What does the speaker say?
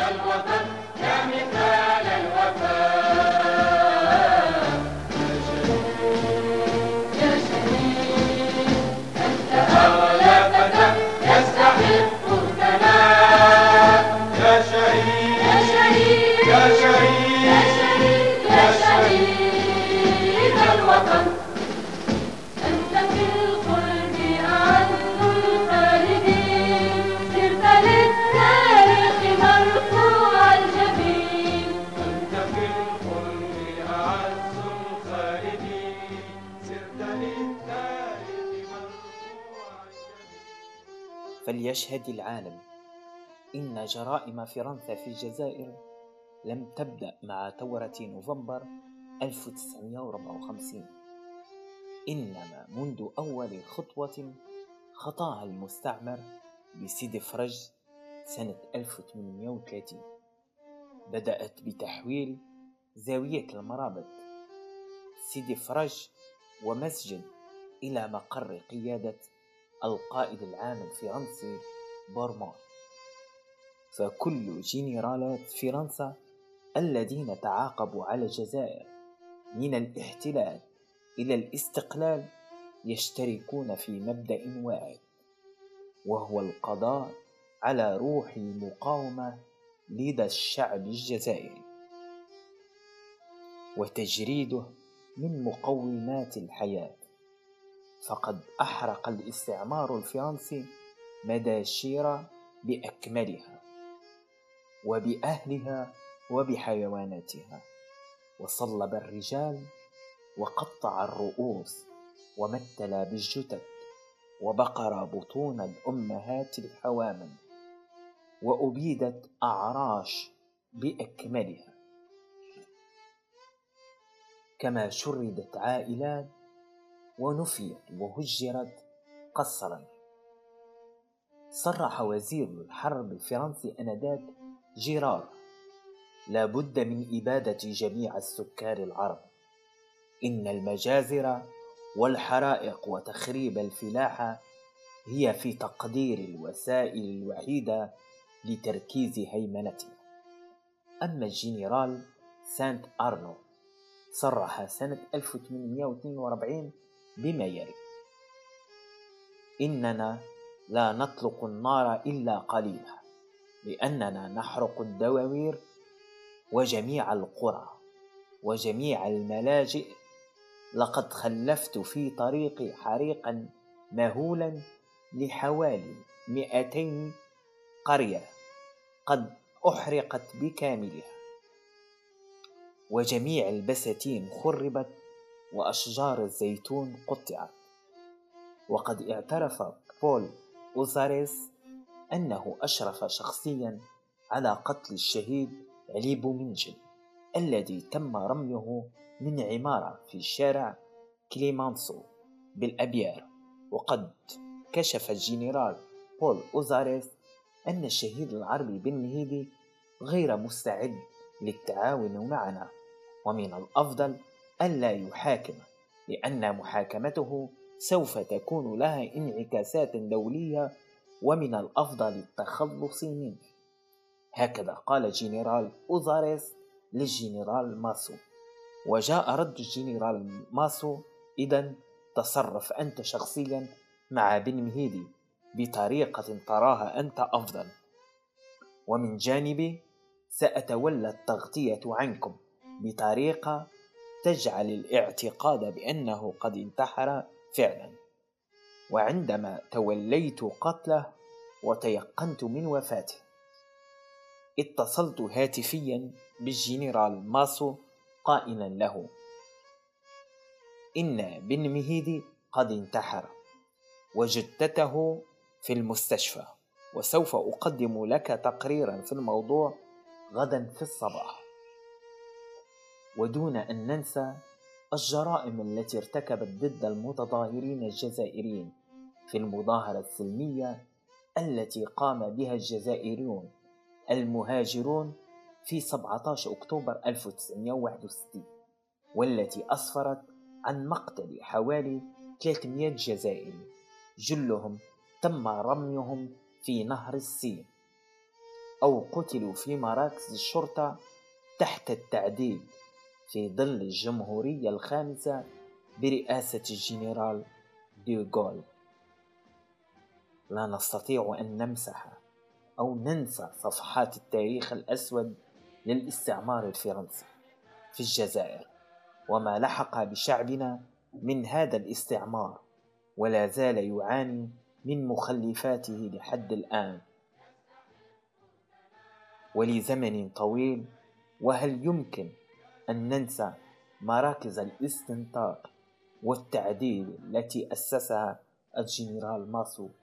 الوطن يا مثال الوفاء. يا شهيد أنت أغلى فتى يستحق الثناء. يا شهيد يا شهيد يا شهيد يا شهيد يا شهيد الوطن. أنت في القلب أعز الخالدين، سرت للتاريخ مرفوع الجبين. أنت في القلب أعز الخالدين، سرت للتاريخ مرفوع الجبين. فليشهد العالم إن جرائم فرنسا في الجزائر لم تبدأ مع ثورة نوفمبر 1954، إنما منذ أول خطوة خطاها المستعمر بسيدي فرج سنة 1830. بدأت بتحويل زاوية المرابط سيدي فرج ومسجد إلى مقر قيادة القائد العام الفرنسي بورمون. فكل جنرالات فرنسا الذين تعاقبوا على الجزائر من الاحتلال إلى الاستقلال يشتركون في مبدأ واحد، وهو القضاء على روح المقاومة لدى الشعب الجزائري وتجريده من مقومات الحياة. فقد أحرق الاستعمار الفرنسي مداشير بأكملها وبأهلها وبحيواناتها، وصلب الرجال وقطع الرؤوس ومثل بالجثث وبقر بطون الأمهات الحوامل، وأبيدت أعراش بأكملها، كما شردت عائلات ونفيت وهجرت قسرا. صرح وزير الحرب الفرنسي آنذاك جيرار: لا بد من إبادة جميع السكان العرب. إن المجازر والحرائق وتخريب الفلاحة هي في تقدير الوسائل الوحيدة لتركيز هيمنتنا. أما الجنرال سانت أرنو صرح سنة 1842 بما يلي: إننا لا نطلق النار إلا قليلا، لأننا نحرق الدواوير وجميع القرى وجميع الملاجئ. لقد خلفت في طريقي حريقا مهولا لحوالي 200 قرية قد أحرقت بكاملها، وجميع البساتين خربت وأشجار الزيتون قطعت. وقد اعترف بول أوزاريس أنه أشرف شخصيا على قتل الشهيد علي بومنجل الذي تم رميه من عمارة في شارع كليمانسو بالأبيار. وقد كشف الجنرال بول أوزاريس أن الشهيد العربي بن مهيدي غير مستعد للتعاون معنا، ومن الأفضل ألا يحاكم، لأن محاكمته سوف تكون لها انعكاسات دولية، ومن الأفضل التخلص منه. هكذا قال جنرال أوزاريس للجنرال ماسو. وجاء رد الجنرال ماسو: إذن تصرف أنت شخصيا مع بن مهيدي بطريقة تراها أنت أفضل، ومن جانبي سأتولى التغطية عنكم بطريقة تجعل الاعتقاد بأنه قد انتحر فعلا. وعندما توليت قتله وتيقنت من وفاته، اتصلت هاتفيا بالجنرال ماسو قائلا له: إن بن مهيدي قد انتحر وجثته في المستشفى، وسوف أقدم لك تقريرا في الموضوع غدا في الصباح. ودون أن ننسى الجرائم التي ارتكبت ضد المتظاهرين الجزائريين في المظاهرة السلمية التي قام بها الجزائريون المهاجرون في 17 أكتوبر 1961، والتي أسفرت عن مقتل حوالي 300 جزائري، جلهم تم رميهم في نهر السين. أو قتلوا في مراكز الشرطة تحت التعذيب في ظل الجمهورية الخامسة برئاسة الجنرال ديغول. لا نستطيع أن نمسح أو ننسى صفحات التاريخ الأسود للاستعمار الفرنسي في الجزائر وما لحق بشعبنا من هذا الاستعمار، ولا زال يعاني من مخلفاته لحد الآن ولزمن طويل. وهل يمكن أن ننسى مراكز الاستنطاق والتعذيب التي أسسها الجنرال ماسو